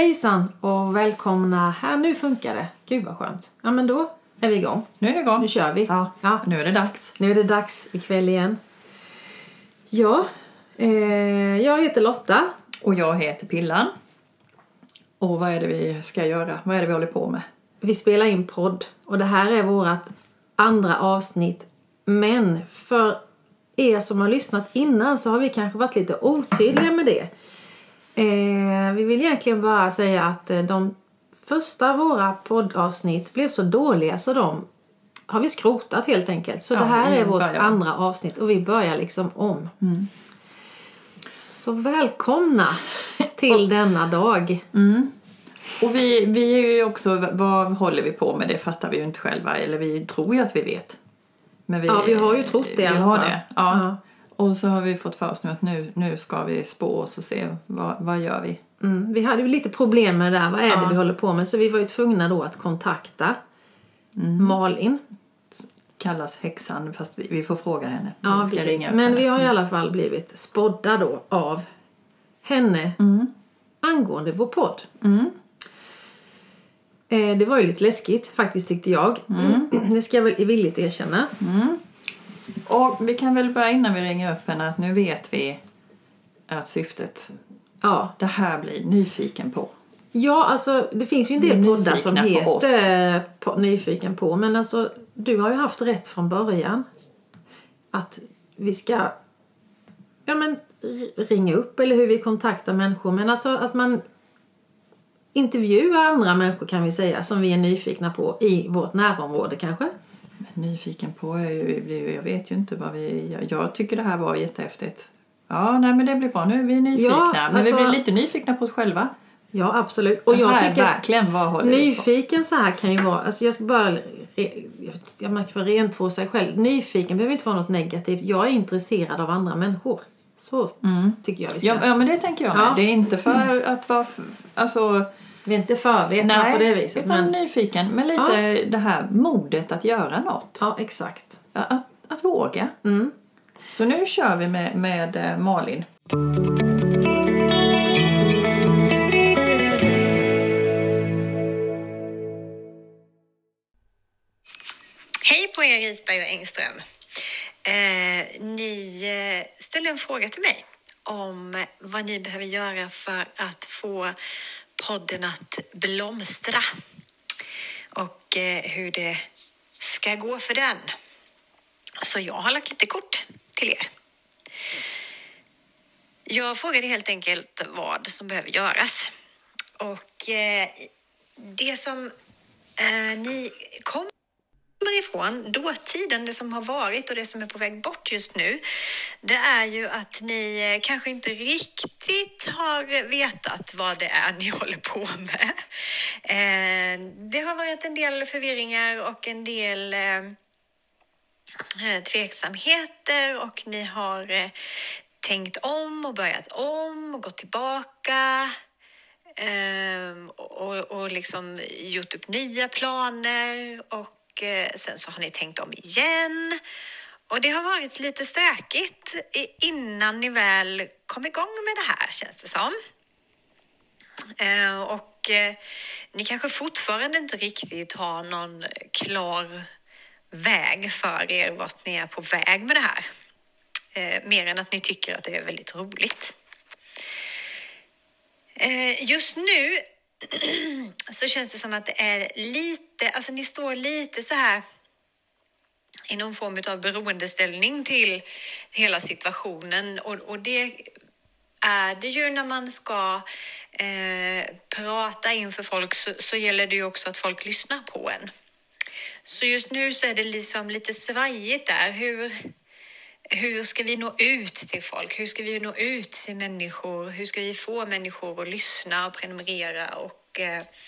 Hejsan och välkomna. Här, nu funkar det. Gud vad skönt. Ja, men då är vi igång. Nu är det igång. Nu kör vi. Ja, nu är det dags. Nu är det dags ikväll igen. Ja, jag heter Lotta. Och jag heter Pillan. Och vad är det vi ska göra? Vad är det vi håller på med? Vi spelar in podd. Och det här är vårt andra avsnitt. Men för er som har lyssnat innan så har vi kanske varit lite otydliga med det. Vi vill egentligen bara säga att de första våra poddavsnitt blev så dåliga så de har vi skrotat helt enkelt. Så det här är vårt andra avsnitt och vi börjar liksom om. Mm. Så välkomna till denna dag. Mm. Och vi är ju också, vad håller vi på med? Det fattar vi ju inte själva. Eller vi tror ju att vi vet. Men vi har ju trott det i alla fall. Det. Ja. Och så har vi fått för oss nu att nu ska vi spå oss och se vad gör vi. Mm. Vi hade ju lite problem med det där. Vad är det vi håller på med? Så vi var ju tvungna då att kontakta Malin. Kallas häxan, fast vi får fråga henne. Ja, precis. Men vi har i alla fall blivit spådda då av henne angående vår podd. Mm. Det var ju lite läskigt faktiskt tyckte jag. Det ska jag väl villigt erkänna. Mm. Och vi kan väl börja innan vi ringer upp henne att nu vet vi att syftet det här blir nyfiken på. Ja, alltså det finns ju en del poddar som heter nyfiken på. Men alltså du har ju haft rätt från början. Att vi ska ringa upp eller hur vi kontaktar människor. Men alltså att man intervjuar andra människor kan vi säga som vi är nyfikna på i vårt närområde kanske. Nyfiken på jag vet ju inte vad jag tycker det här var jättehäftigt. Ja, nej men det blir bra. Nu är vi nyfikna. Men vi blir lite nyfikna på oss själva. Ja, absolut. Och jag tycker verkligen nyfiken så här kan ju vara, alltså jag ska bara man kan rentvå sig själv. Nyfiken behöver inte vara något negativt. Jag är intresserad av andra människor. Så tycker jag vi ska. Ja, men det tänker jag med. Det är inte för att vara vi är inte förvetna på det viset. Utan nyfiken. Men lite det här modet att göra något. Ja, exakt. Att våga. Mm. Så nu kör vi med Malin. Hej på er Risberg och Engström. Ni ställde en fråga till mig om vad ni behöver göra för att få podden att blomstra och hur det ska gå för den. Så jag har lagt lite kort till er. Jag frågade helt enkelt vad som behöver göras. Och det som ni kommer ifrån dåtiden, det som har varit och det som är på väg bort just nu, det är ju att ni kanske inte riktigt har vetat vad det är ni håller på med. Det har varit en del förvirringar och en del tveksamheter och ni har tänkt om och börjat om och gått tillbaka och liksom gjort upp nya planer och sen så har ni tänkt om igen. Och det har varit lite stökigt innan ni väl kom igång med det här, känns det som. Och ni kanske fortfarande inte riktigt har någon klar väg för er vart ni är på väg med det här. Mer än att ni tycker att det är väldigt roligt. Just nu så känns det som att det är lite, alltså ni står lite så här i någon form av beroendeställning till hela situationen och det är det ju när man ska prata inför folk så gäller det ju också att folk lyssnar på en. Så just nu så är det liksom lite svajigt där. Hur ska vi nå ut till folk? Hur ska vi nå ut till människor? Hur ska vi få människor att lyssna och prenumerera och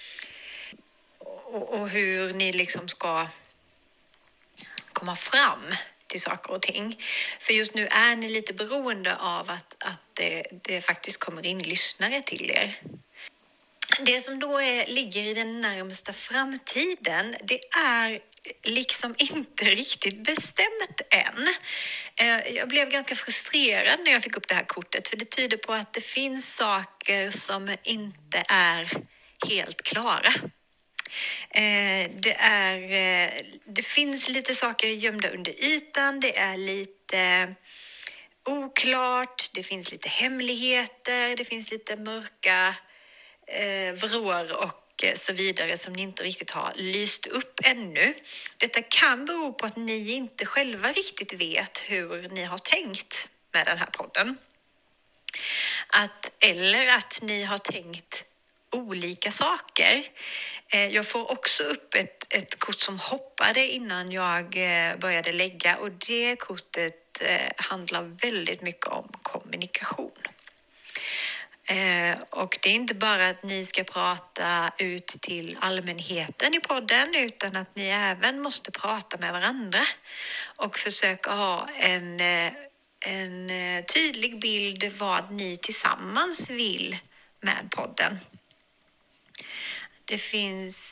hur ni liksom ska komma fram till saker och ting. För just nu är ni lite beroende av att det faktiskt kommer in lyssnare till er. Det som då ligger i den närmsta framtiden, det är liksom inte riktigt bestämt än. jag blev ganska frustrerad när jag fick upp det här kortet, för det tyder på att det finns saker som inte är helt klara. Det finns lite saker gömda under ytan, det är lite oklart, det finns lite hemligheter, det finns lite mörka vrår och så vidare som ni inte riktigt har lyst upp ännu. Detta kan bero på att ni inte själva riktigt vet hur ni har tänkt med den här podden. Eller att ni har tänkt olika saker. Jag får också upp ett kort som hoppade innan jag började lägga, och det kortet handlar väldigt mycket om kommunikation. Och det är inte bara att ni ska prata ut till allmänheten i podden, utan att ni även måste prata med varandra och försöka ha en tydlig bild vad ni tillsammans vill med podden. Det finns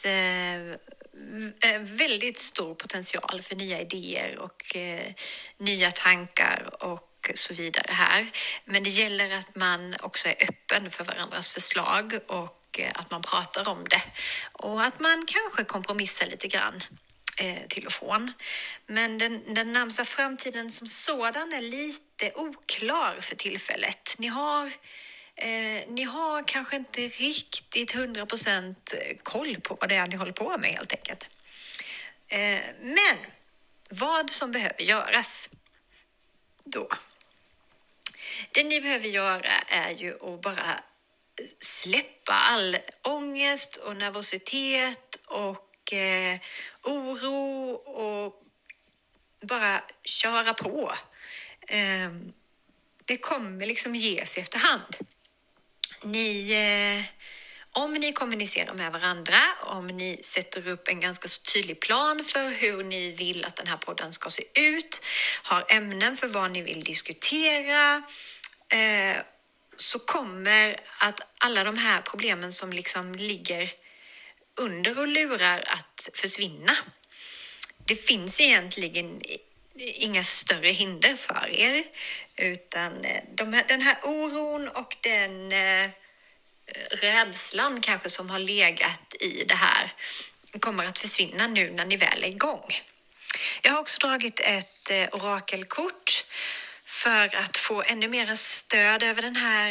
väldigt stor potential för nya idéer och nya tankar och så vidare här. Men det gäller att man också är öppen för varandras förslag och att man pratar om det. Och att man kanske kompromissar lite grann till och från. Men den närmsta framtiden som sådan är lite oklar för tillfället. Ni har kanske inte riktigt 100% koll på vad det är ni håller på med helt enkelt. Men vad som behöver göras då? Det ni behöver göra är ju att bara släppa all ångest och nervositet och oro och bara köra på. Det kommer liksom ges efterhand. Om ni kommunicerar med varandra, om ni sätter upp en ganska så tydlig plan för hur ni vill att den här podden ska se ut, har ämnen för vad ni vill diskutera, så kommer att alla de här problemen som liksom ligger under och lurar att försvinna. Det finns egentligen inga större hinder för er, utan den här oron och den rädslan kanske som har legat i det här kommer att försvinna nu när ni väl är igång. Jag har också dragit ett orakelkort för att få ännu mer stöd över den här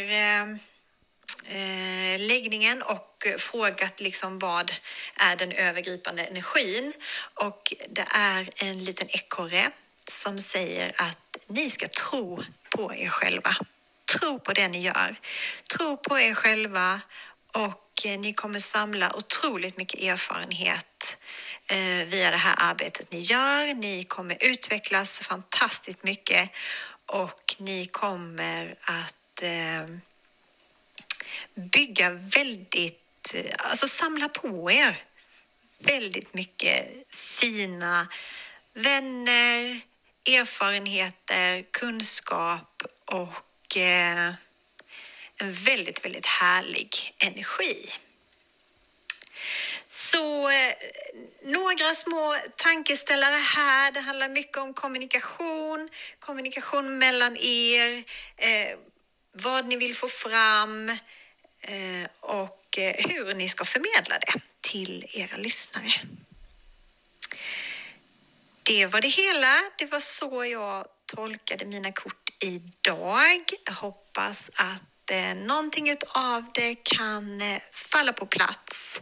läggningen och frågat liksom vad är den övergripande energin, och det är en liten ekorre som säger att ni ska tro på er själva. Tro på det ni gör. Tro på er själva, och ni kommer samla otroligt mycket erfarenhet via det här arbetet ni gör. Ni kommer utvecklas fantastiskt mycket, och ni kommer att bygga samla på er väldigt mycket fina vänner, erfarenheter, kunskap och en väldigt, väldigt härlig energi. Så några små tankeställare här. Det handlar mycket om kommunikation mellan er, vad ni vill få fram och hur ni ska förmedla det till era lyssnare. Det var det hela. Det var så jag tolkade mina kort idag. Jag hoppas att någonting utav det kan falla på plats.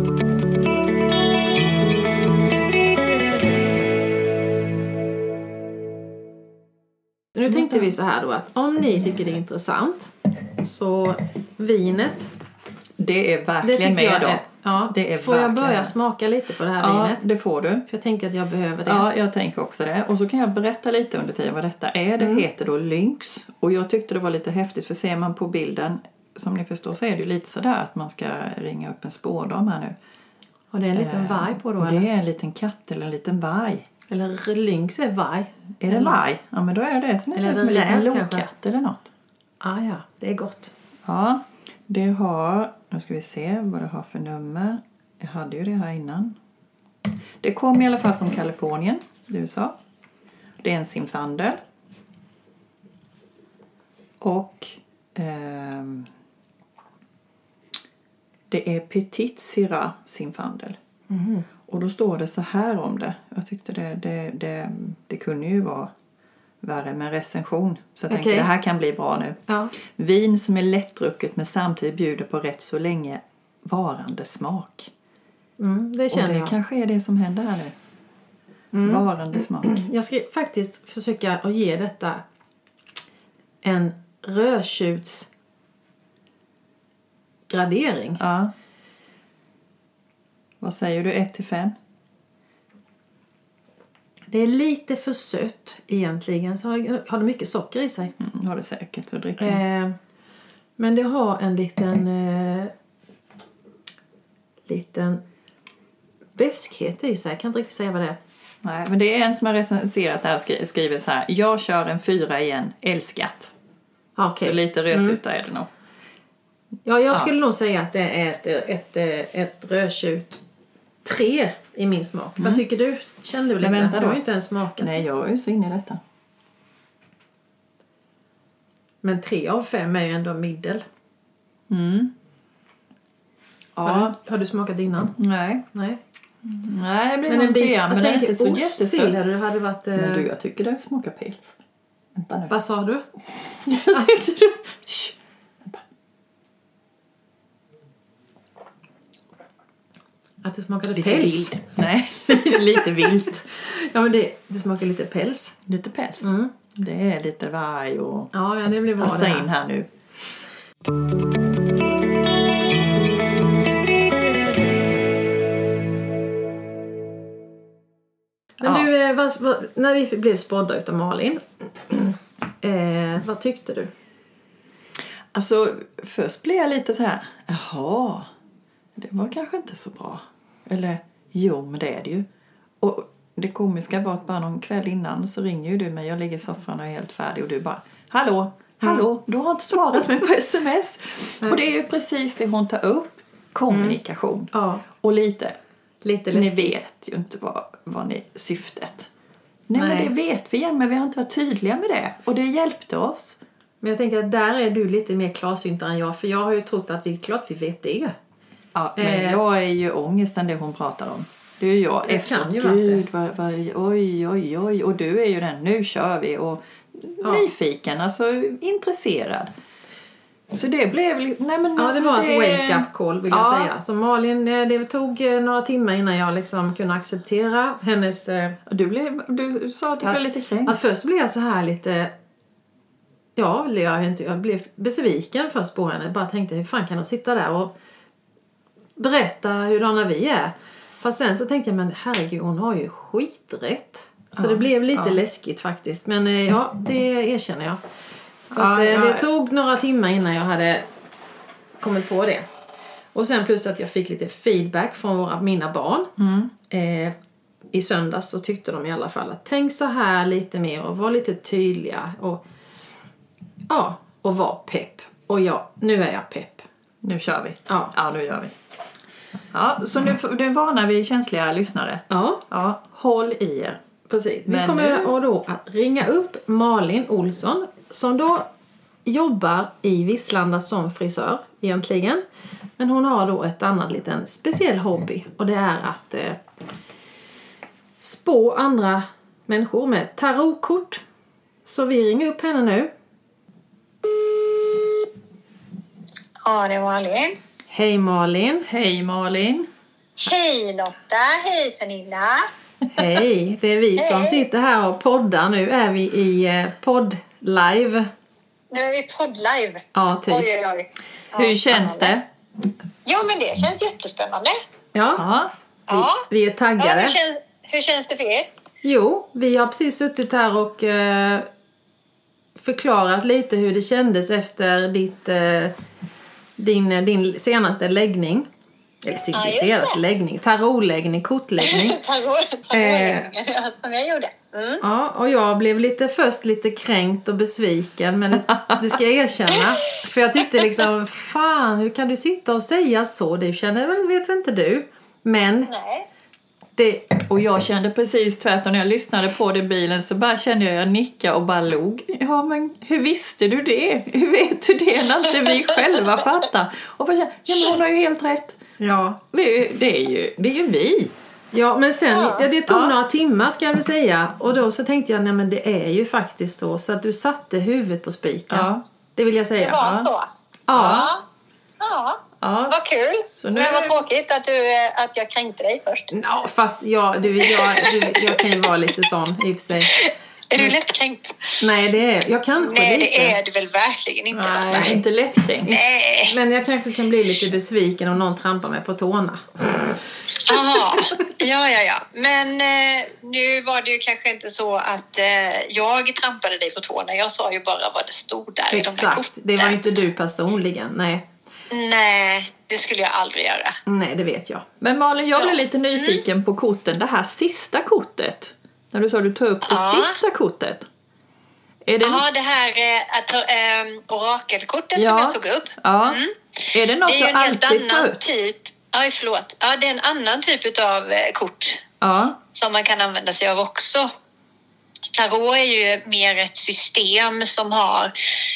Nu tänkte vi så här då, att om ni tycker det är intressant, så vinet, det är verkligen med då. Det är får jag börja smaka lite på det här vinet? Ja, det får du. För jag tänker att jag behöver det. Ja, jag tänker också det. Och så kan jag berätta lite under tiden vad detta är. Det heter då Lynx. Och jag tyckte det var lite häftigt, för ser man på bilden, som ni förstår, så är det ju lite sådär att man ska ringa upp en spårdam här nu. Och det är en liten varg på då, eller? Det är en liten katt eller en liten varg. Eller lynx är varg. Är det varg? Ja, men då är det som en liten lokatt eller något. Ah, ja, det är gott. Ja, det har, nu ska vi se vad det har för nummer. Jag hade ju det här innan. Det kom i alla fall från Kalifornien, USA. Det är en simfandel. Och det är Petit Syrah Zinfandel. Och då står det så här om det. Jag tyckte det kunde ju vara värre med recension. Så jag tänkte det här kan bli bra nu. Ja. Vin som är lättdrucket men samtidigt bjuder på rätt så länge varande smak. Det känner och det jag. kanske är det som händer här nu. Varande smak. Jag ska faktiskt försöka att ge detta en rödtjutsgradering. Ja. Vad säger du? 1-5? Det är lite för sött egentligen. Så har det mycket socker i sig. Har det säkert, så dricker men det har en liten beskhet i sig. Jag kan inte riktigt säga vad det är. Nej, men det är en som har recenserat här skriver så här. Jag kör en 4 igen. Älskat. Okay. Så lite rödtuta är det nog. Ja, jag skulle nog säga att det är ett rödtjut 3 i min smak. Vad tycker du? Kände du lite? Vänta då. Du har ju inte ens smakat. Nej, jag är ju så inne i detta. Men 3 av 5 är ju ändå middel. Ja. Har du smakat innan? Nej. Nej. Nej, det blir Men nog en 3. Men det är inte så ost till jättesött. hade varit... Men du, jag tycker det smakar pils. Vänta nu. Vad sa du? Jag tyckte du... Shh. Vänta. Att det smakade Lite päls. vilt. Nej, lite vilt. Ja, men det smakar lite päls. Lite päls. Det är lite varg och... Ja, det blir bra det passa här. in här nu. Men du, när vi blev spådda utav Malin, vad tyckte du? Alltså, först blev jag lite så här, jaha, det var kanske inte så bra. Eller, jo, men det är det ju. Och det komiska var att bara någon kväll innan så ringer ju du mig, jag ligger i soffan och är helt färdig och du bara, hallå, du har inte svarat mig på sms. Och det är ju precis det hon tar upp, kommunikation. Ja. Och lite Lite ni läskigt. vet ju inte vad ni syftet. Nej, Nej. men det vet vi, men vi har inte varit tydliga med det. Och det hjälpte oss. Men jag tänker att där är du lite mer klarsyntare än jag. För jag har ju trott att klart vi vet det. Ja, men jag är ju ångesten det hon pratar om. Det är ju jag. Kan ju Gud, oj. Och du är ju den, nu kör vi. Och nyfiken, alltså intresserad. Så det blev lite... Nej, men Ja, alltså, det var ett wake-up call vill jag säga. Så Malin, det tog några timmar innan jag liksom kunde acceptera hennes... Du sa att du blev lite kränkt. Att först blev jag så här lite... Ja, jag blev besviken först på henne. Bara tänkte, hur fan kan de sitta där och berätta hurdana vi är? Fast sen så tänkte jag, men herregud, hon har ju skiträtt. Så det blev lite läskigt faktiskt. Men det erkänner jag. Så att, det tog några timmar innan jag hade kommit på det. Och sen plus att jag fick lite feedback från mina barn. I söndags så tyckte de i alla fall att tänk så här lite mer och var lite tydliga. Och var pepp. Och nu är jag pepp. Nu kör vi. Ja, nu gör vi. Ja, så nu varnar vi känsliga lyssnare. Ja, håll i er. Precis. Vi kommer då att ringa upp Malin Olsson som då jobbar i Visslanda som frisör egentligen. Men hon har då ett annat liten speciell hobby och det är att spå andra människor med tarotkort. Så vi ringer upp henne nu. Ja, det är Malin. Hej Malin. Hej Malin. Hej Lotta, hej Pernilla. Hej, det är vi som sitter här och poddar. Nu är vi i podd-live. Nu är vi podd-live. Ja, typ. Oj. Ja, hur känns det? Ja, men det känns jättespännande. Ja, Ja. vi är taggade. Ja, hur känns det för er? Jo, vi har precis suttit här och förklarat lite hur det kändes efter din senaste läggning. Eller senaste läggning, tarotläggning, kortläggning. Tarotläggning, som jag gjorde. Ja, och jag blev först lite kränkt och besviken, men det ska jag erkänna. För jag tyckte liksom, fan, hur kan du sitta och säga så? Det vet väl inte du. Men Nej. Och jag kände precis tvärtom när jag lyssnade på det i bilen, så bara kände jag nicka och bara log. Ja, men hur visste du det? Hur vet du det när inte vi själva fattar? Och bara kände, ja, men hon har ju helt rätt. Ja. Det är ju vi. Ja, men sen, det tog några timmar ska jag väl säga. Och då så tänkte jag, nej men det är ju faktiskt så att du satte huvudet på spiken. Ja. Det vill jag säga. Det var så. Ja. Ja. Ja. Vad kul. Så nu- Men vad tråkigt att jag kränkte dig först. Ja, fast jag kan ju vara lite sån i och för sig. Är du lättkränkt? Nej, det är jag kanske Nej, lite. det är du väl verkligen inte. Nej, inte lättkränkt. Nej. Men jag kanske kan bli lite besviken om någon trampar mig på tårna. Aha. Ja. Men nu var det ju kanske inte så att jag trampade dig på tårna. Jag sa ju bara vad det stod där i de här Exakt, korten. det var ju inte du personligen, nej. Nej, det skulle jag aldrig göra. Nej, det vet jag. Men Malin, jag blev lite nyfiken på korten. Det här sista kortet. När du sa du tog upp det sista kortet. Är det Ja, det här orakelkortet som jag tog upp. Ja. Är det något Det är ju du en helt alltid tar annan upp? typ. Aj, förlåt. Ja, det är en annan typ av kort Ja. som man kan använda sig av också. Tarot är ju mer ett system som har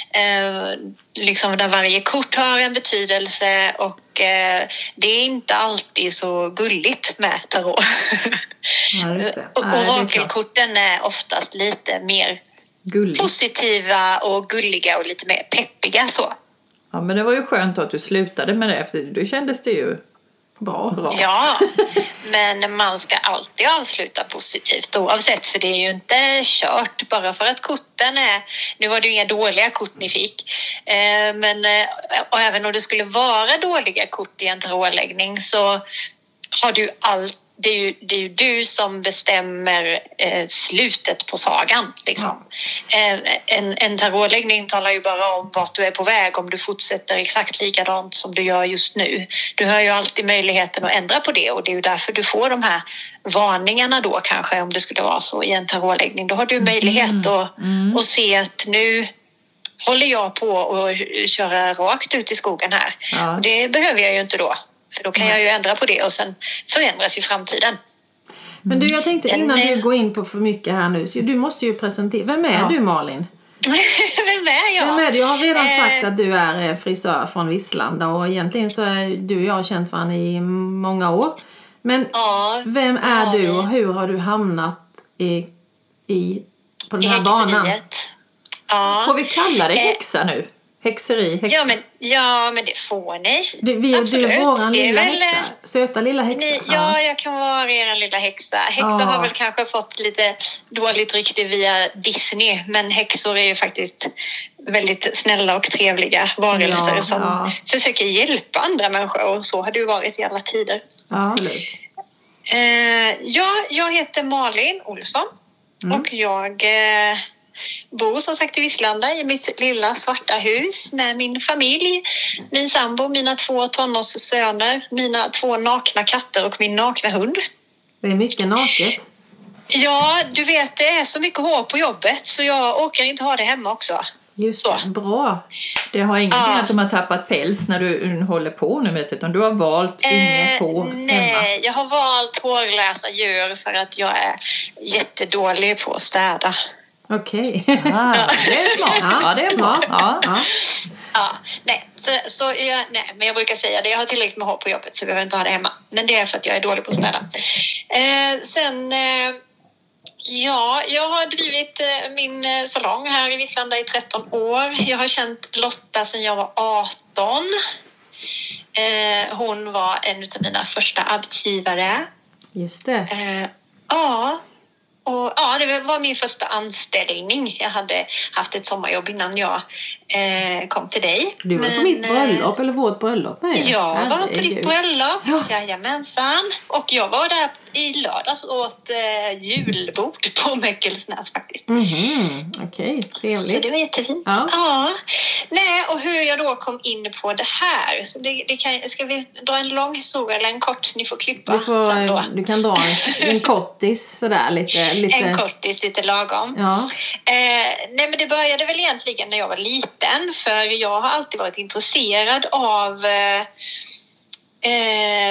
liksom där varje kort har en betydelse, och det är inte alltid så gulligt med tarot. Ja, just det. Och Nej, det är klart. orakelkorten är oftast lite mer Gulligt. positiva och gulliga och lite mer peppiga så. Ja, men det var ju skönt att du slutade med det, efter då kändes det ju bra. Ja, men man ska alltid avsluta positivt oavsett, för det är ju inte kört bara för att korten är... Nu var det ju inga dåliga kort ni fick, men och även om det skulle vara dåliga kort i en tarotläggning så har du allt. Det är ju du som bestämmer slutet på sagan. Liksom. En tarotläggning talar ju bara om vart du är på väg om du fortsätter exakt likadant som du gör just nu. Du har ju alltid möjligheten att ändra på det, och det är ju därför du får de här varningarna då kanske, om det skulle vara så i en tarotläggning. Då har du möjlighet att se att nu håller jag på att köra rakt ut i skogen här. Ja. Och det behöver jag ju inte då. För då kan jag ju ändra på det och sen förändras ju framtiden. Men du, jag tänkte innan du går in på för mycket här nu, så du måste ju presentera. Vem är du, Malin? Vem är jag? Vem är du? Jag har redan sagt att du är frisör från Visslanda, och egentligen så är du och jag har känt varandra i många år. Men vem är du och hur har du hamnat på den här banan? Ja. Får vi kalla det häxa nu? Häxeri, häxa. Ja, men det får ni. Du är våran lilla häxa. Söta lilla häxa. Jag kan vara er lilla häxa. Häxor har väl kanske fått lite dåligt rykte via Disney. Men häxor är ju faktiskt väldigt snälla och trevliga varelser som försöker hjälpa andra människor. Och så har det ju varit i alla tider. Absolut. Jag heter Malin Olsson. Och jag... bor som sagt i Visslanda i mitt lilla svarta hus med min familj, min sambo, mina 2 tonårssöner, mina 2 nakna katter och min nakna hund. Det är mycket naket. Ja, du vet, det är så mycket hår på jobbet så jag orkar inte ha det hemma också. Just det, bra. Det har ingenting att de har tappat päls när du håller på nu, vet du, utan du har valt inget hår hemma. Nej, jag har valt hårlösa djur för att jag är jättedålig på att städa. Okej. Det är smart. Ja, det är smart. Men jag brukar säga det. Jag har tillräckligt med hår på jobbet så jag behöver inte ha det hemma. Men det är för att jag är dålig på att städa. Jag har drivit min salong här i Visslanda i 13 år. Jag har känt Lotta sedan jag var 18. Hon var en av mina första arbetsgivare. Just det. Och det var min första anställning. Jag hade haft ett sommarjobb innan jag kom till dig. Du var på mitt bröllop, eller vårt bröllop. Jag var på ditt bröllop, jajamensan. Och jag var där i lördags åt julbord på Mäckelsnäs faktiskt. Okej, trevligt. Så det var jättefint. Nej, och hur jag då kom in på det här. Så ska vi dra en lång historia eller en kort? Ni får klippa sen då. Du kan dra en kortis sådär lite. En kortis, lite lagom. Ja. Nej, men det började väl egentligen när jag var liten. För jag har alltid varit intresserad av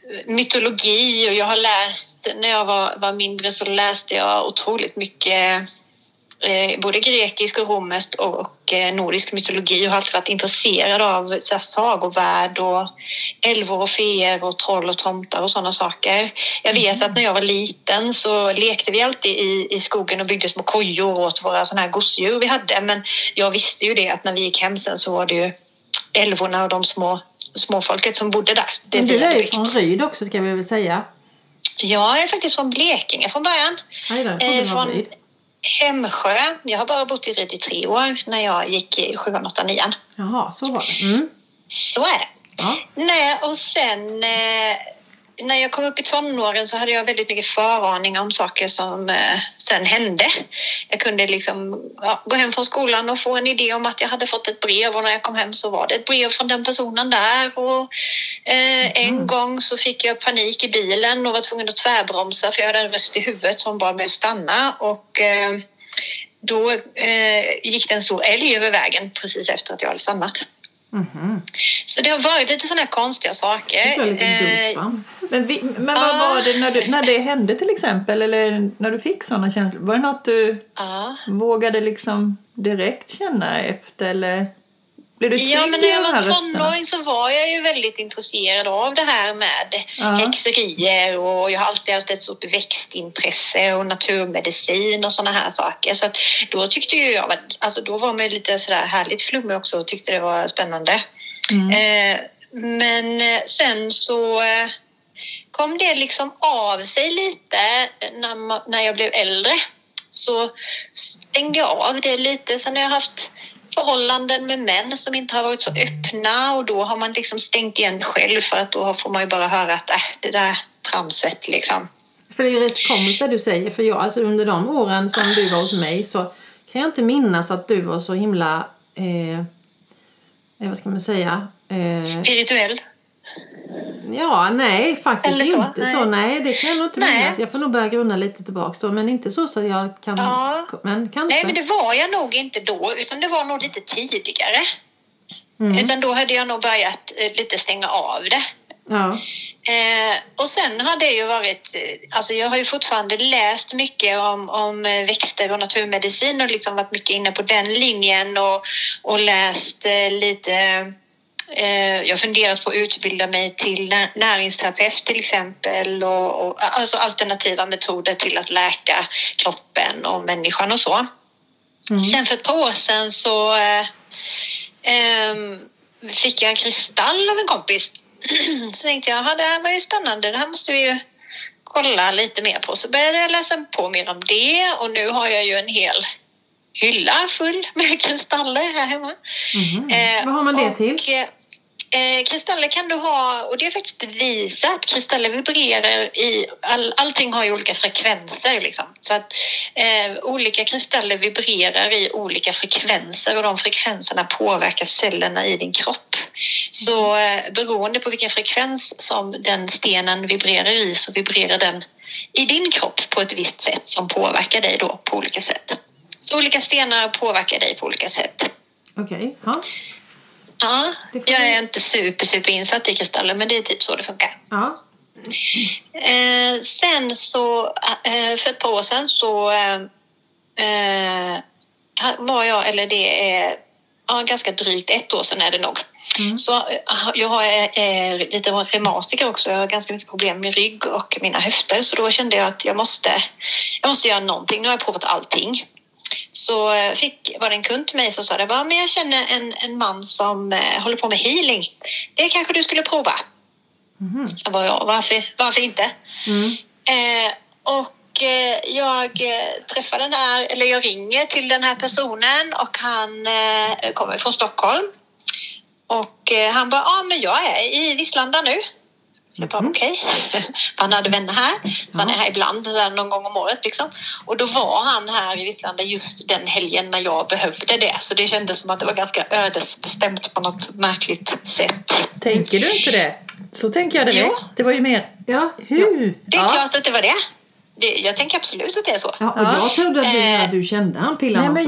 mytologi, och jag har läst, när jag var mindre så läste jag otroligt mycket både grekisk och romersk och nordisk mytologi, och har alltid varit intresserad av så här, sagovärld och älvor och feer och troll och tomtar och sådana saker. Jag vet att när jag var liten så lekte vi alltid i skogen och byggde små kojor åt våra sådana här gosedjur vi hade, men jag visste ju det att när vi gick hem sen så var det ju älvorna och de småfolket som bodde där. Men du är ju från Ryd också, ska vi väl säga. Jag är faktiskt från Blekinge från början. Från Ryd. Hemsjö. Jag har bara bott i Ryd i 3 år när jag gick i 7, 8, 9. Jaha, så var det. Så är det. Ja. Nej, och sen när jag kom upp i tonåren så hade jag väldigt mycket föraning om saker som sen hände. Jag kunde liksom gå hem från skolan och få en idé om att jag hade fått ett brev, och när jag kom hem så var det ett brev från den personen där, och en gång så fick jag panik i bilen och var tvungen att tvärbromsa för jag hade en röst i huvudet som bad mig stanna, och då gick det en stor älg över vägen precis efter att jag hade stannat. Så det har varit lite sådana här konstiga saker. Men vad var det när det hände till exempel, eller när du fick sådana känslor? Var det något du vågade liksom direkt känna efter, eller blev du trygg? Ja, men när jag var tonåring så var jag ju väldigt intresserad av det här med häxerier, och jag har alltid haft ett stort växtintresse och naturmedicin och sådana här saker. Så att då tyckte ju jag, alltså då var man lite sådär härligt flummig också och tyckte det var spännande. Men sen så kom det liksom av sig lite när jag blev äldre. Så stängde jag av det lite. Sen har jag haft förhållanden med män som inte har varit så öppna, och då har man liksom stängt igen själv, för att då får man ju bara höra att det där tramset liksom. För det är ju rätt komiskt det du säger, för jag, alltså under de åren som du var hos mig så kan jag inte minnas att du var så himla vad ska man säga? Spirituell? Ja, nej, faktiskt eller så, inte så. Nej, det kan jag nog inte minnas. Jag får nog börja grunna lite tillbaka då, men inte så att jag kan... Men kanske. Nej, men det var jag nog inte då, utan det var nog lite tidigare. Utan då hade jag nog börjat lite stänga av det. Ja. Och sen har det ju varit, alltså jag har ju fortfarande läst mycket om växter och naturmedicin, och liksom varit mycket inne på den linjen, och läst lite. Jag har funderat på att utbilda mig till näringsterapeut till exempel, och alltså alternativa metoder till att läka kroppen och människan och så. Sen för ett par år sedan så fick jag en kristall av en kompis. Så tänkte jag, det här var ju spännande, det här måste vi ju kolla lite mer på. Så började jag läsa på mer om det, och nu har jag ju en hel hylla full med kristaller här hemma. Vad har man det till? Kristaller kan du ha, och det är faktiskt bevisat, kristaller vibrerar i, allting har ju olika frekvenser liksom. Så att olika kristaller vibrerar i olika frekvenser, och de frekvenserna påverkar cellerna i din kropp. Så beroende på vilken frekvens som den stenen vibrerar i, så vibrerar den i din kropp på ett visst sätt som påverkar dig då på olika sätt. Så olika stenar påverkar dig på olika sätt. Okej, ja. Ja, jag är inte super insatt i kristaller, men det är typ så det funkar. Ja. Sen så, för ett par år sedan så var jag, eller det är ganska drygt 1 år sedan är det nog. Så jag har lite reumatiker också, jag har ganska mycket problem med rygg och mina höfter, så då kände jag att jag måste göra någonting. Nu har jag provat allting. Så var det en kund till mig som sa det, men jag känner en man som håller på med healing. Det kanske du skulle prova. Jag bara, varför inte? Jag träffar jag ringer till den här personen, och han kommer från Stockholm. Och han bara, men jag är i Vislanda nu. Så jag bara, okej. Han hade vänner här. Så han är här ibland, någon gång om året liksom. Och då var han här i Vislanda just den helgen när jag behövde det. Så det kändes som att det var ganska ödesbestämt på något märkligt sätt. Tänker du inte det? Så tänker jag direkt. Det var ju mer... Ja. Hur? Det är klart att det var det. Jag tänker absolut att det är så. Ja, och jag trodde att du kände han pillan också.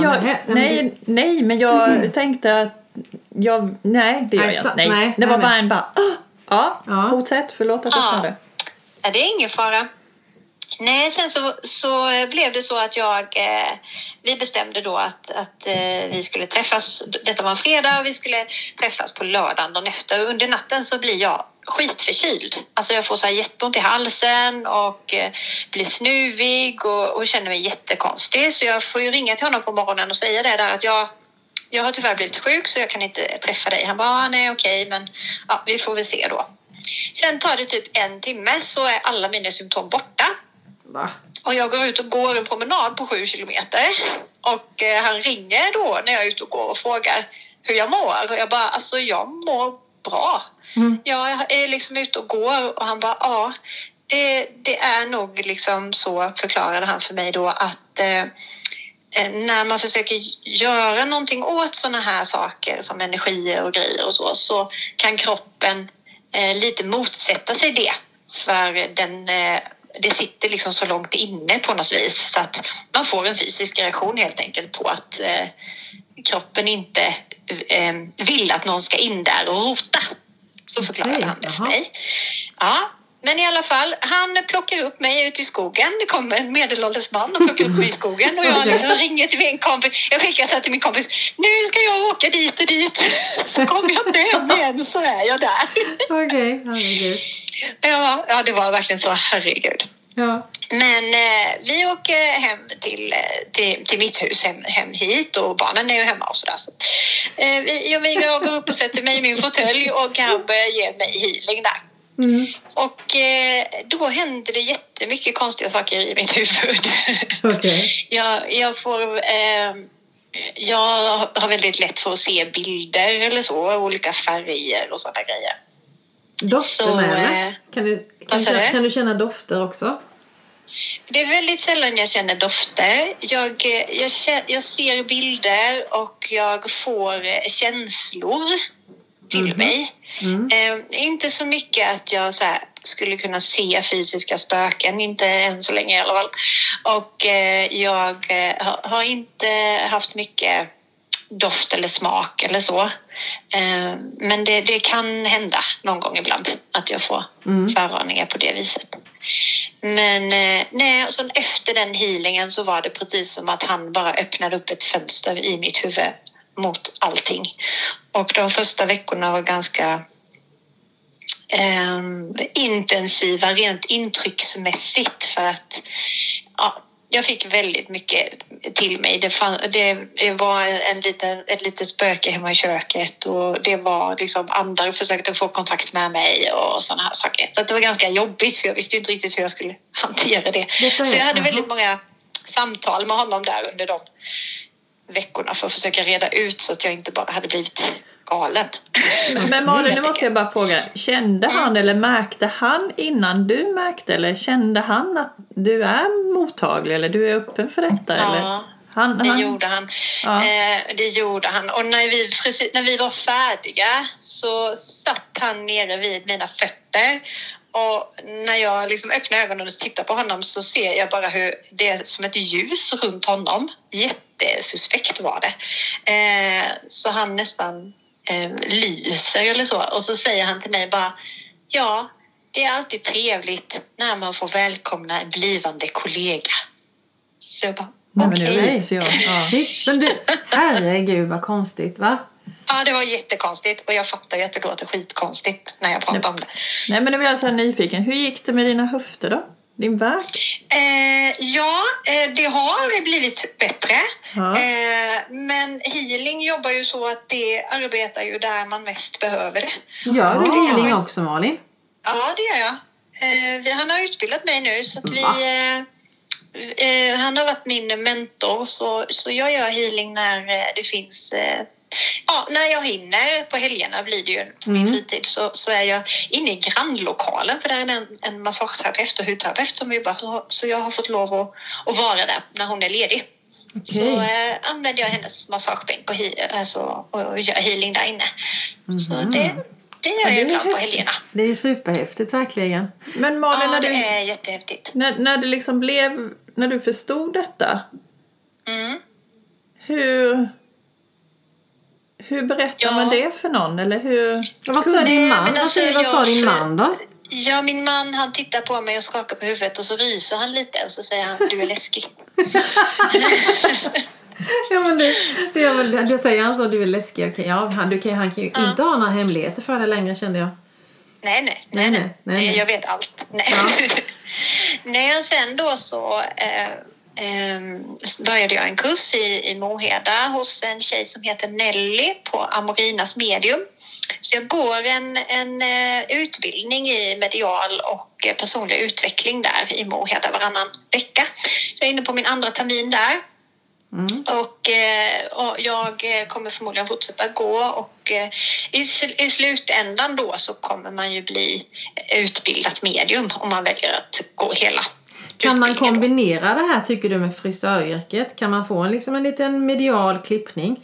Nej, men jag tänkte att... det gör jag inte. Nej. Det var bara en bara... Ja, Ja. fortsätt. Förlåt att jag stannade. Ja, det är ingen fara. Nej, sen så blev det så att vi bestämde då att vi skulle träffas. Detta var en fredag och vi skulle träffas på lördagen dagen efter. Under natten så blir jag skitförkyld. Alltså jag får så här jätteont i halsen och blir snuvig och känner mig jättekonstig. Så jag får ju ringa till honom på morgonen och säga det där att jag har tyvärr blivit sjuk så jag kan inte träffa dig. Han bara, nej okej, men ja, vi får väl se då. Sen tar det typ 1 timme så är alla mina symptom borta. Va? Och jag går ut och går en promenad på 7 kilometer. Och han ringer då när jag är ute och går och frågar hur jag mår. Och jag bara, alltså jag mår bra. Jag är liksom ute och går och han bara, ja. Det är nog liksom så, förklarade han för mig då, att när man försöker göra någonting åt såna här saker som energier och grejer och så kan kroppen lite motsätta sig det. För det sitter liksom så långt inne på något vis så att man får en fysisk reaktion helt enkelt på att kroppen inte vill att någon ska in där och rota. Så förklarade han det för mig. Ja, men i alla fall, han plockar upp mig ut i skogen. Det kommer en medelålders man och plockar upp mig i skogen och jag liksom ringer till min kompis. Jag skickar så här till min kompis, nu ska jag åka dit och dit. Så kommer jag inte hem igen så är jag där. Okej, herregud. Ja, det var verkligen så, herregud. Ja. Men vi åker hem till mitt hus, hem hit och barnen är ju hemma och sådär. Så, jag går upp och sätter mig i min fåtölj och han börjar ge mig healing där. Och då händer det jättemycket konstiga saker i mitt huvud. Okej. Jag har väldigt lätt för att se bilder eller så, olika färger och sådana grejer. Dofter med det? Kan du känna dofter också? Det är väldigt sällan jag känner dofter. Jag ser bilder och jag får känslor till mig. Inte så mycket att jag så här, skulle kunna se fysiska spöken, inte än så länge i alla fall. Och jag har inte haft mycket doft eller smak eller så. Men det kan hända någon gång ibland att jag får föraningar på det viset. Men nej, och sen efter den healingen så var det precis som att han bara öppnade upp ett fönster i mitt huvud mot allting. Och de första veckorna var ganska intensiva rent intrycksmässigt för att jag fick väldigt mycket till mig. Det var ett litet spöke hemma i köket och det var liksom andra försökte få kontakt med mig och sådana här saker. Så det var ganska jobbigt för jag visste inte riktigt hur jag skulle hantera det. Så jag hade väldigt många samtal med honom där under de veckorna för att försöka reda ut så att jag inte bara hade blivit galen. Men Malin, nu måste jag bara fråga. Kände han eller märkte han innan du märkte? Eller kände han att du är mottaglig eller du är öppen för detta? Ja, eller? Det gjorde han. Ja. Det gjorde han. Och när vi var färdiga så satt han nere vid mina fötter. Och när jag liksom öppnar ögonen och tittar på honom så ser jag bara hur det är som ett ljus runt honom. Jättesuspekt var det. Så han nästan lyser eller så. Och så säger han till mig bara, ja, det är alltid trevligt när man får välkomna en blivande kollega. Så jag bara, okej. Men du, herregud vad konstigt, va? Ja, det var jättekonstigt och jag fattar ju att det låter skitkonstigt när jag pratar om det. Nej, men nu blir jag så här nyfiken. Hur gick det med dina höfter då? Din värk? Det har blivit bättre. Ja. Men healing jobbar ju så att det arbetar ju där man mest behöver det. Gör du healing också, Malin? Ja, det gör jag. Han har utbildat mig nu så att han har varit min mentor så jag gör healing när det finns... när jag hinner på helgerna blir det ju på min fritid så är jag inne i grannlokalen för där är en massageterapeut och hudterapeut som jobbar så jag har fått lov att vara där när hon är ledig. Okay. Så använder jag hennes massagebänk och gör healing där inne. Så det gör jag ibland på helgerna. Det är ju superhäftigt verkligen. Men Malin, det är jättehäftigt. När det liksom blev, när du hur berättar man det för någon? Eller hur? Vad sa din man? Vad sa din man då? Ja, min man han tittar på mig och skakar på huvudet och så ryser han lite och så säger han, du är läskig. Ja, men det säger han så, du är läskig. Okej, ja, han kan ju inte ha några hemligheter för det längre, kände jag. Nej. Jag vet allt. Nej. Ja. Nej, och sen då så började jag en kurs i Moheda hos en tjej som heter Nelly på Amorinas medium. Så jag går en utbildning i medial och personlig utveckling där i Moheda varannan vecka. Så jag är inne på min andra termin där. Och jag kommer förmodligen fortsätta gå och i slutändan då så kommer man ju bli utbildat medium om man väljer att gå hela. Kan man kombinera det här, tycker du, med frisöryrket? Kan man få en liten medial klippning?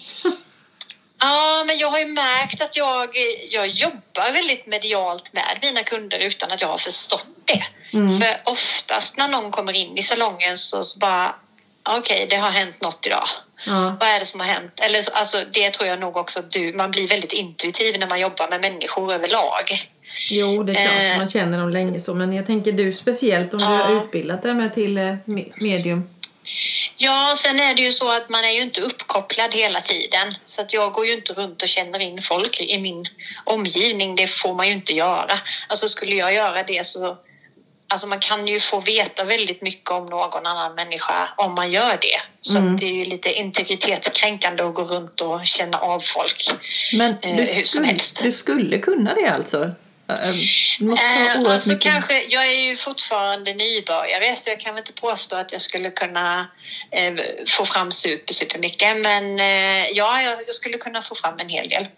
Ja, men jag har ju märkt att jag jobbar väldigt medialt med mina kunder utan att jag har förstått det. För oftast när någon kommer in i salongen så bara, okej, det har hänt något idag. Ja. Vad är det som har hänt? Eller, alltså, det tror jag nog också man blir väldigt intuitiv när man jobbar med människor överlag. Jo, det är klart, man känner dem länge så. Men jag tänker du speciellt om du har utbildat dig med till medium. Ja, sen är det ju så att man är ju inte uppkopplad hela tiden. Så att jag går ju inte runt och känner in folk i min omgivning. Det får man ju inte göra. Alltså skulle jag göra det så... Alltså man kan ju få veta väldigt mycket om någon annan människa om man gör det. Så att det är ju lite integritetskränkande att gå runt och känna av folk. Men du skulle kunna det alltså? Alltså kanske, jag är ju fortfarande nybörjare så jag kan väl inte påstå att jag skulle kunna få fram supermycket. Men jag skulle kunna få fram en hel del.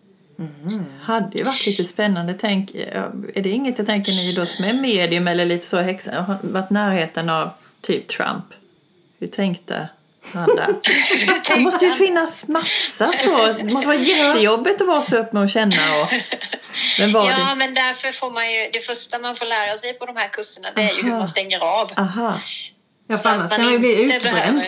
Hade ju varit lite spännande. Är det inget jag tänker ni då som är medium eller lite så häxan? Jag har varit närheten av typ Trump. Hur tänkte han där? Det måste ju finnas massa så. Det måste vara jättejobbigt att vara så upp med att känna. Men därför får man ju, det första man får lära sig på de här kurserna det är ju hur man stänger av. Aha. Ja, för annars kan man ju bli utbränd.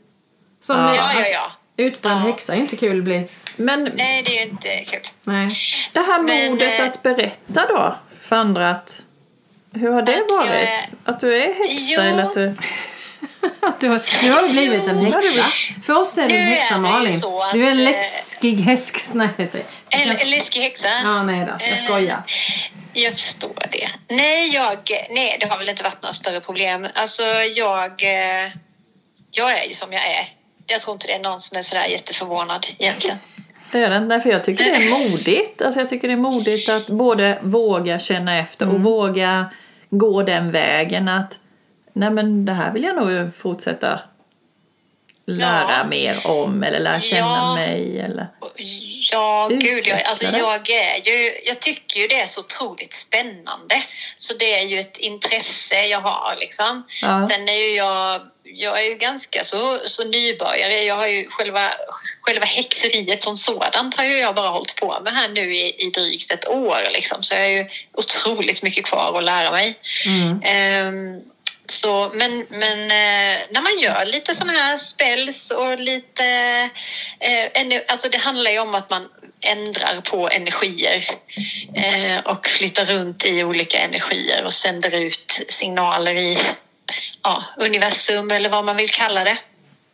Utbränd häxa är inte kul att bli. Nej, det är ju inte kul. Nej. Det här modet att berätta då för andra hur har det varit? Att du är häxa eller att du... Nu har du blivit en häxa. För oss är du en häxa, Malin. Du är en läskig häxa. Nej, jag säger. En läskig häxa? Ja, nej då. Jag skojar. Jag förstår det. Nej, det har väl inte varit några större problem. Alltså, jag är ju som jag är. Jag tror inte det är någon som är sådär jätteförvånad egentligen. Det är den, därför jag tycker det är modigt. Alltså jag tycker det är modigt att både våga känna efter och våga gå den vägen att nej men det här vill jag nog fortsätta lära mer om eller lära känna mig eller gud, jag tycker ju det är så otroligt spännande. Så det är ju ett intresse jag har liksom. Ja. Sen är ju jag är ju ganska så nybörjare. Jag har ju själva häxeriet som sådant har ju jag bara hållit på med här nu i drygt ett år liksom. Så jag är ju otroligt mycket kvar att lära mig. Så, men när man gör lite sådana här spells och lite alltså det handlar ju om att man ändrar på energier och flyttar runt i olika energier och sänder ut signaler i universum eller vad man vill kalla det.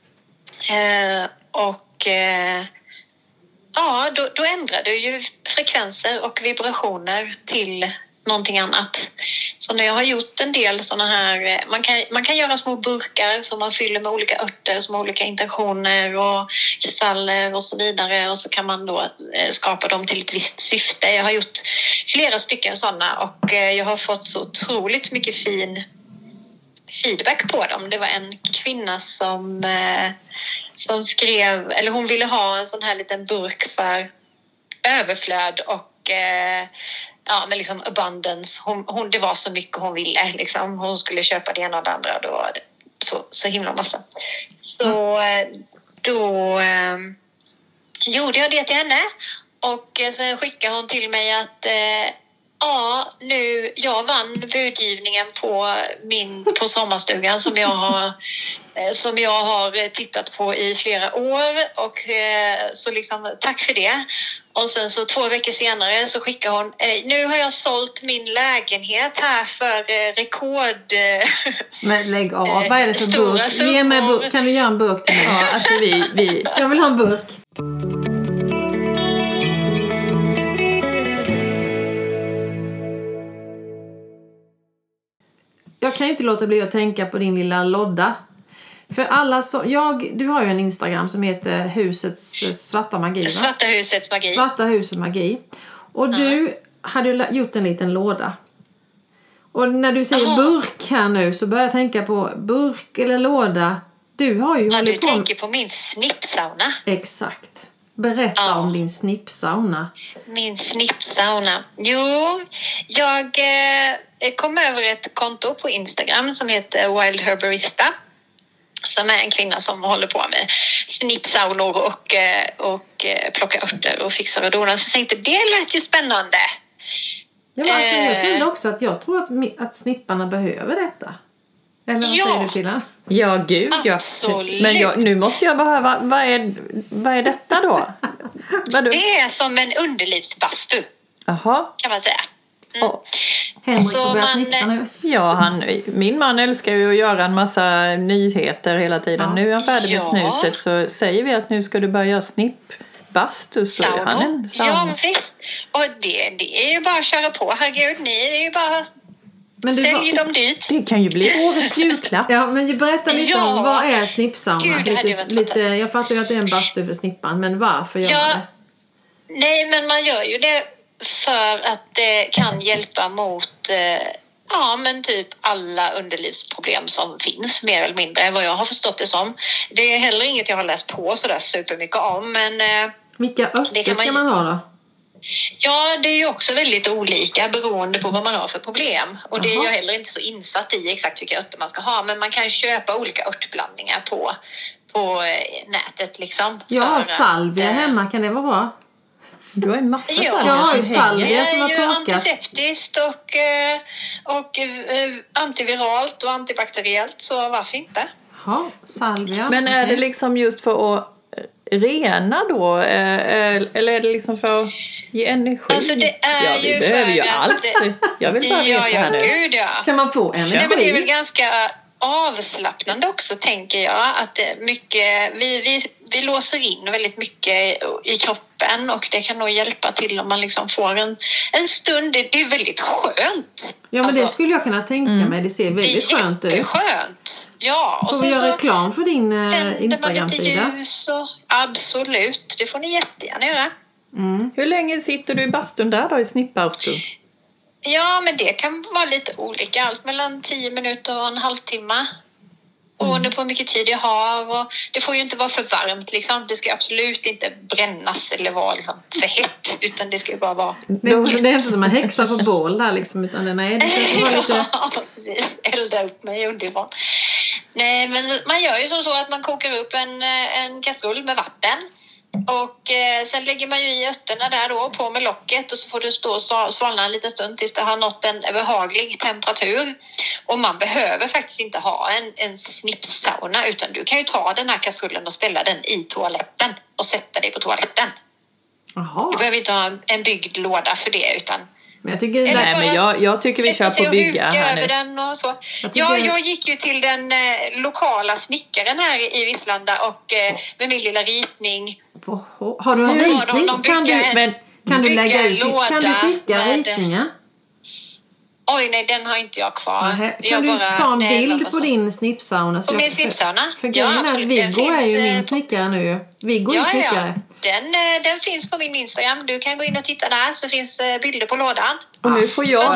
Då ändrar du ju frekvenser och vibrationer till någonting annat. Så när jag har gjort en del sådana här, man kan göra små burkar som man fyller med olika örter som har olika intentioner och kristaller och så vidare och så kan man då skapa dem till ett visst syfte. Jag har gjort flera stycken sådana och jag har fått så otroligt mycket fin feedback på dem. Det var en kvinna som skrev, eller hon ville ha en sån här liten burk för överflöd och men liksom abundance. Det var så mycket hon ville. Liksom. Hon skulle köpa det ena och det andra och då var det så himla massa. Så då gjorde jag det till henne och sen skickade hon till mig att Ja, jag vann budgivningen på sommarstugan som jag har tittat på i flera år, och så liksom tack för det. Och sen så 2 veckor senare så skickar hon, nu har jag sålt min lägenhet här för rekord. Men lägg av, vad är det för burk? Ge mig burk. Kan du göra en burk till mig? Ja, alltså vi... Jag vill ha en burk. Jag kan ju inte låta bli att tänka på din lilla lodda. För alla du har ju en Instagram som heter Husets Svarta Magi, va? Svarta Husets Magi. Svarta Husets Magi. Och du hade ju gjort en liten låda. Och när du säger burk här nu så börjar jag tänka på burk eller låda. Du har ju hållit på... Du tänker på min snippsauna. Exakt. Berätta om din snippsauna. Min snippsauna. Jo, jag kom över ett konto på Instagram som heter Wild Herbarista. Som är en kvinna som håller på med snippsaunor och plockar örter och fixar och donar. Så jag tänkte, det lät ju spännande. Ja, men alltså, jag kände också att jag tror att snipparna behöver detta. Eller vad säger du, Pilla? Ja, gud, ja. Absolut. Men nu måste jag behöva, vad är detta då? Det är som en underlivsbastu. Jaha. Kan man säga. Henrik får börja snickra nu. Ja, min man älskar ju att göra en massa nyheter hela tiden. Ja. Nu är han färdig med snuset, så säger vi att nu ska du börja snippbastu, så är han en sauna. Ja, visst. Och det är ju bara att köra på. Herregud, ni är ju bara... Men säljer dem dyrt. Det kan ju bli årets julklapp. Ja, men berätta lite om vad är snippsauna? Lite, jag fattar ju att det är en bastu för snippan, men varför gör man det? Nej, men man gör ju det för att det kan hjälpa mot men typ alla underlivsproblem som finns, mer eller mindre, vad jag har förstått det som. Det är heller inget jag har läst på sådär supermycket om, men... Vilka örter ska man ha då? Ja, det är ju också väldigt olika beroende på vad man har för problem. Och det är jag heller inte så insatt i exakt vilka örter man ska ha. Men man kan köpa olika örtblandningar på nätet liksom. Jag har salvia hemma, kan det vara bra? Du har ju massa salvia. Jag har ju salvia som har torkat. Det är ju antiseptiskt och antiviralt och antibakteriellt, så varför inte? Ja, salvia. Men är det liksom just för att rena då, eller är det liksom för att ge energi? Alltså det är vi behöver ju allt. Jag vill bara veta här nu. Gud, ja. Kan man få energi? Nej, men det är väl ganska avslappnande också, tänker jag, att mycket, vi låser in väldigt mycket i kroppen, och det kan nog hjälpa till om man liksom får en stund. Det är väldigt skönt. Ja, men det skulle jag kunna tänka mig. Det ser väldigt skönt ut. Skönt. Ja. Får vi göra reklam för din Instagram-sida? Absolut, det får ni jättegärna göra. Hur länge sitter du i bastun där då, i snippbastun? Ja, men det kan vara lite olika. Allt mellan 10 minuter och en halvtimme. Beroende på hur mycket tid jag har. Och det får ju inte vara för varmt liksom. Det ska absolut inte brännas eller vara liksom för hett. Utan det ska ju bara vara... Det är inte som en häxa på bål där liksom. Utan det ska vara lite... Ja, precis. Elda upp mig underifrån. Nej, men man gör ju så att man kokar upp en kastrull med vatten. Och sen lägger man ju i örterna där då, på med locket, och så får det stå och svalna en liten stund tills det har nått en behaglig temperatur. Och man behöver faktiskt inte ha en snippsauna, utan du kan ju ta den här kastrullen och ställa den i toaletten och sätta dig på toaletten. Aha. Du behöver inte ha en byggd låda för det, utan... Men jag tycker jag tycker vi kör på bygga här nu. Den och så. Jag gick ju till den lokala snickaren här i Visslanda och med min lilla ritning. Har du en ritning? Kan du lägga ut? Kan du skicka ritningen? Oj, nej, den har inte jag kvar. Kan du ta en bild på din snippsauna? På min snippsauna? För grejen är att Viggo är ju min snickare nu. Viggo är snickare. Den finns på min Instagram. Du kan gå in och titta där, så finns bilder på lådan. Och nu får jag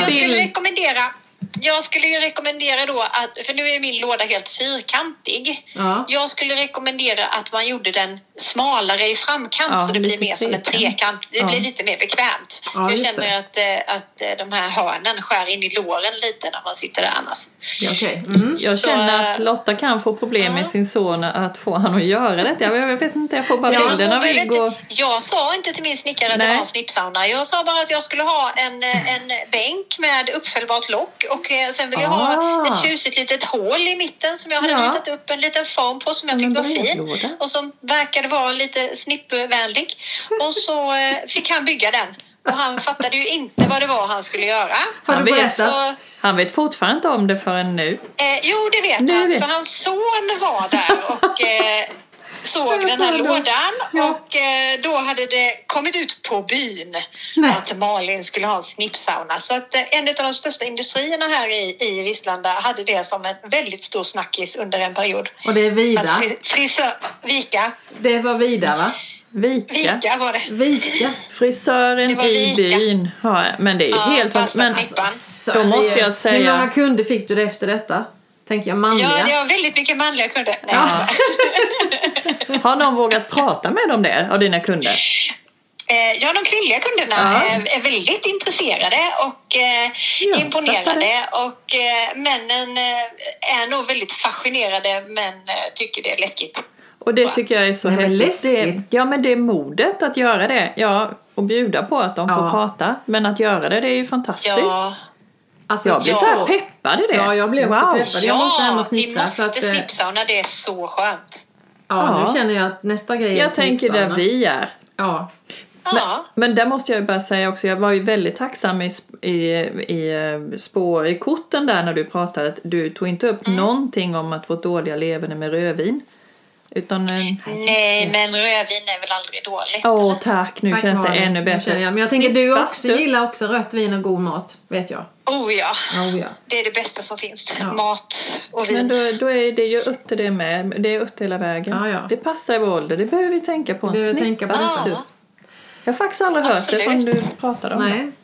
skulle ju rekommendera då att, för nu är min låda helt fyrkantig. Ja. Jag skulle rekommendera att man gjorde den smalare i framkant så det blir mer som en trekant. Det blir lite mer bekvämt. Ja, jag känner att de här hörnen skär in i låren lite när man sitter där annars. Ja, okay. Jag känner att Lotta kan få problem med sin son att få han att göra det. Jag vet inte, jag får bara bilden av Viggo. Jag sa inte till min snickare att det var en snippsauna. Jag sa bara att jag skulle ha en bänk med uppfällbart lock och sen vill jag ha ett tjusigt litet hål i mitten som jag hade ritat upp en liten form på som jag tyckte var fin och som verkade vara lite snippvänlig. Och så fick han bygga den. Och han fattade ju inte vad det var han skulle göra. Han vet fortfarande inte om det förrän nu. Jo, det vet han. För hans son var där och såg den här lådan. Och då hade det kommit ut på byn att Malin skulle ha en snippsauna. Så att en av de största industrierna här i Vislanda hade det som en väldigt stor snackis under en period. Och det är Vida. Vika. Det var Vida, va? Vika var det. Vika. Frisören i byn. Ja, men det är ju helt... Men då måste jag säga... Hur många kunder fick du det efter detta? Tänker jag manliga. Ja, det var väldigt mycket manliga kunder. Har någon vågat prata med dem där, av dina kunder? Ja, de kvinnliga kunderna är väldigt intresserade och imponerade. Och männen är nog väldigt fascinerade men tycker det är läskigt. Och det tycker jag är så häftigt. Men det är modet att göra det. Ja, och bjuda på att de får prata. Men att göra det är ju fantastiskt. Ja. Alltså, jag blev så peppad i det. Ja, jag blev också peppad. Jag måste hem och snickra. Vi måste snippsauna, det är så skönt. Ja, nu känner jag att nästa grej är jag tänker där vi är. Ja. Men där måste jag bara säga också, jag var ju väldigt tacksam i spår i korten där när du pratade. Du tog inte upp någonting om att vårt dåliga leverne med rödvin. Utan nej, men rödvin är väl aldrig dåligt. Tack, nu känns det ännu bättre. Men jag tänker du också gillar också rött vin och god mat, vet jag. Ja. Det är det bästa som finns. Mat och vin. Men då är det ju utter det med. Det är utter hela vägen. Ja. Det passar i vår ålder. Det behöver vi tänka på. Jag har faktiskt aldrig hört det från du pratade om det.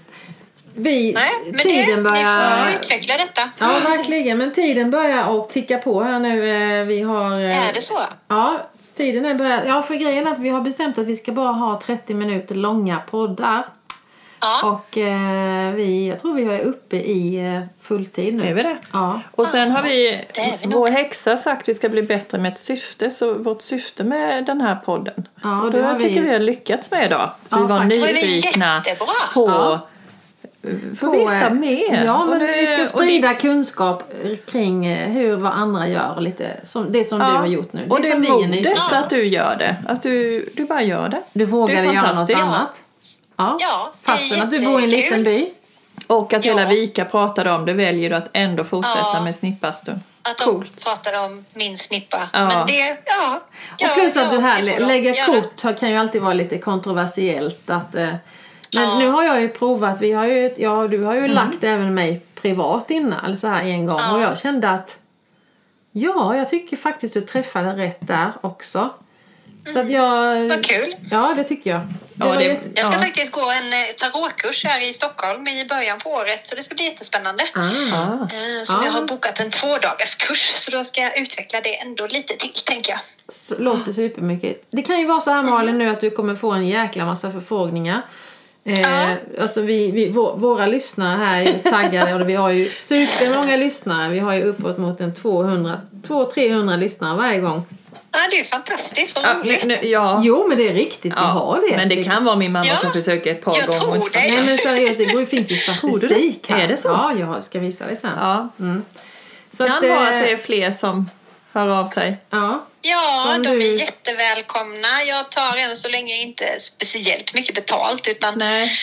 Tiden börjar... Ni får utveckla detta. Ja, verkligen. Men tiden börjar att ticka på här nu. Vi har... Är det så? Ja, tiden är börjat... Ja, för grejen är att vi har bestämt att vi ska bara ha 30 minuter långa poddar. Ja. Och jag tror vi är uppe i fulltid nu. Är vi det? Ja. Och sen har vår häxa sagt att vi ska bli bättre med ett syfte. Så vårt syfte med den här podden. Ja, och det tycker vi har lyckats med idag. Så vi var nyfikna på... Få veta mer. Ja, men vi ska sprida kunskap kring vad andra gör och lite det som du har gjort nu. Och det är modet att du gör det. Att du bara gör det. Du vågade göra något annat. Ja. Fastän att du bor i en liten by. Och att hela Vika pratade om det, väljer du att ändå fortsätta med snippastun. Att de pratar om min snippa. Men det, och plus att du här lägga kort kan ju alltid vara lite kontroversiellt att... Men nu har jag ju provat, du har ju lagt även mig privat innan, eller så här en gång. Och jag kände att, jag tycker faktiskt du träffade rätt där också. Så att vad kul. Ja, det tycker jag. Jag ska faktiskt gå en tarotkurs här i Stockholm i början på året. Så det ska bli jättespännande. Så jag har bokat en 2-dagarskurss. Så då ska jag utveckla det ändå lite till, tänker jag. Låter supermycket. Det kan ju vara så här, Malin, nu att du kommer få en jäkla massa förfrågningar. Alltså våra lyssnare här är taggade och vi har ju supermånga lyssnare. Vi har ju uppåt mot 200-300 lyssnare varje gång. Ja, det är fantastiskt, vad roligt. Jo, men det är riktigt, vi har det. Men det kan vara min mamma som försöker ett par gånger. Jag tror det. Nej, men seriöst, det finns ju statistik här. Är det så? Ja, jag ska visa dig sen. Ja. Så kan vara att det är fler som hör av sig. Ja, de är jättevälkomna. Jag tar än så länge inte speciellt mycket betalt utan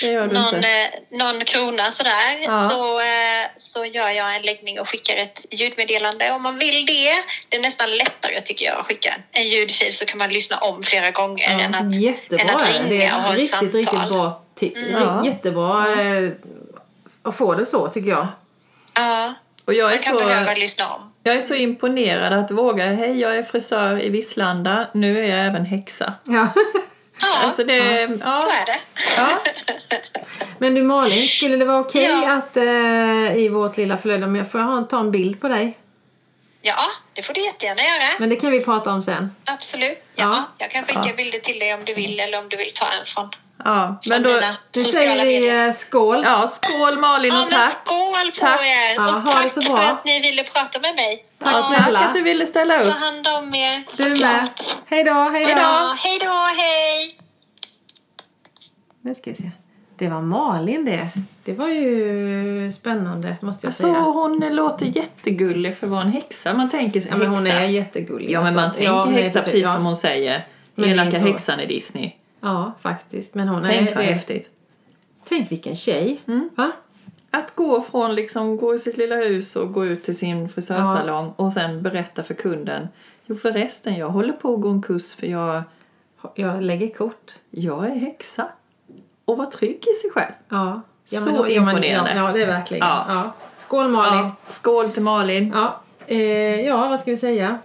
någon krona sådär. Så gör jag en läggning och skickar ett ljudmeddelande om man vill det. Det är nästan lättare, tycker jag, att skicka en ljudfil så kan man lyssna om flera gånger än att ringa och ha ett samtal. Riktigt bra. Jättebra att få det så, tycker jag. Ja, och jag man kan behöva lyssna om. Jag är så imponerad att våga. Hej, jag är frisör i Vislanda. Nu är jag även häxa. Ja. Alltså det, så är det. Ja. Men du, Malin, skulle det vara okej att i vårt lilla flöde, får jag ta en bild på dig? Ja, det får du jättegärna göra. Men det kan vi prata om sen. Absolut. Ja. Ja. Jag kan skicka bilder till dig om du vill, eller om du vill ta en från men då... mina Nu sociala säger vi medier. skål. Ja, skål Malin och Ja, men tack. skål på Tack. er. Ja, och ha det tack så för bra. att ni ville prata med mig. Tack Tack snälla. att du ville ställa upp. Ta hand om er. Du med. såklart. Hej då, hej då. Ja, hej då, hej. Nu ska vi se. Det var Malin det. Det var ju spännande, måste jag Alltså säga. hon låter jättegullig för att vara en häxa. Man tänker sig Ja, men häxa. hon är jättegullig. Ja, men man alltså. tänker nej, häxa precis som hon säger. Men det är Elaka så. häxan i Disney. Ja, faktiskt. Men hon Tänk är vad det. häftigt. Tänk vilken tjej. Va? Att gå från liksom, gå i sitt lilla hus och gå ut till sin frisörsalong och sen berätta för kunden. Jo förresten, jag håller på att gå en kurs för Jag lägger kort. jag är häxa. Och var trygg i sig själv. Ja. Ja, Så men då- ja, men- imponerande. Ja, det är verkligen. Ja. Ja. Skål Malin. Ja, skål till Malin. Ja. Ja, vad ska vi säga?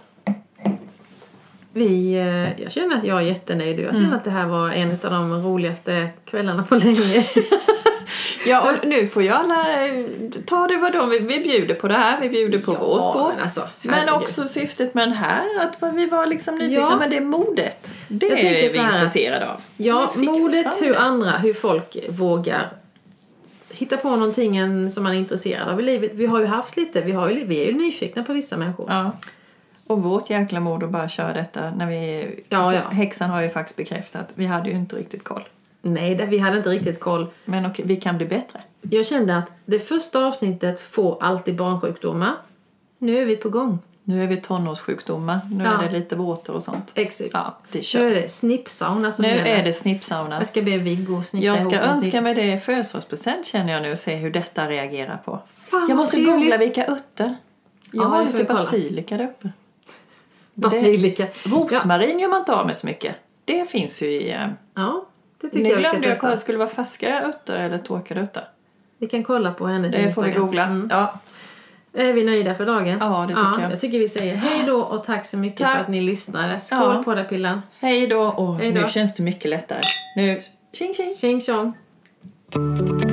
Jag känner att jag är jättenöjd. Jag känner att det här var en av de roligaste kvällarna på länge. Ja, och nu får ju alla ta det vad vi bjuder på det här. Vi bjuder på vår språk. Men, alltså, Men herregud. också syftet med den här, att vi var liksom nyfikna, Ja. men det är modet. Det Jag är tänker vi så här, intresserade av. Ja, Vi fick modet, fram det. hur folk vågar hitta på någonting som man är intresserad av i livet. Vi har ju haft lite, vi är ju nyfikna på vissa människor. Ja. Och vårt jäkla mod att bara köra detta när Ja. häxan har ju faktiskt bekräftat. Vi hade ju inte riktigt koll. Nej, vi hade inte riktigt koll. Men okej, vi kan bli bättre. Jag kände att det första avsnittet får alltid barnsjukdomar. Nu är vi på gång. Nu är vi tonårssjukdomar. Nu Ja. är det lite våtor och sånt. Exakt. Ja, det Nu kör. är det snippsauna som Nu gäller. är det snippsauna. Jag ska be Viggo snickra Jag ihop ska en önska mig det i födelsedagspresent känner jag nu och se hur detta reagerar på. Fan, Jag vad måste trevligt. googla vilka örter. Jag Ja, har det får lite vi kolla. basilika där uppe. Basilika. Rosmarin gör man inte av med så mycket. Det finns ju i... Ja, det tycker Nu jag vi ska glömde jag kolla, testa. skulle det vara färska örter eller torkade örter? Vi kan kolla på hennes Det får Instagram. vi googla. Mm. Ja. Är vi nöjda för dagen? Ja, det tycker jag. Jag tycker vi säger hej då och tack så mycket Tack. för att ni lyssnade. Skål Ja. på dig Pillan. Hej då. Hej då. Nu känns det mycket lättare. Nu, tjing tjing. Tjing tjong.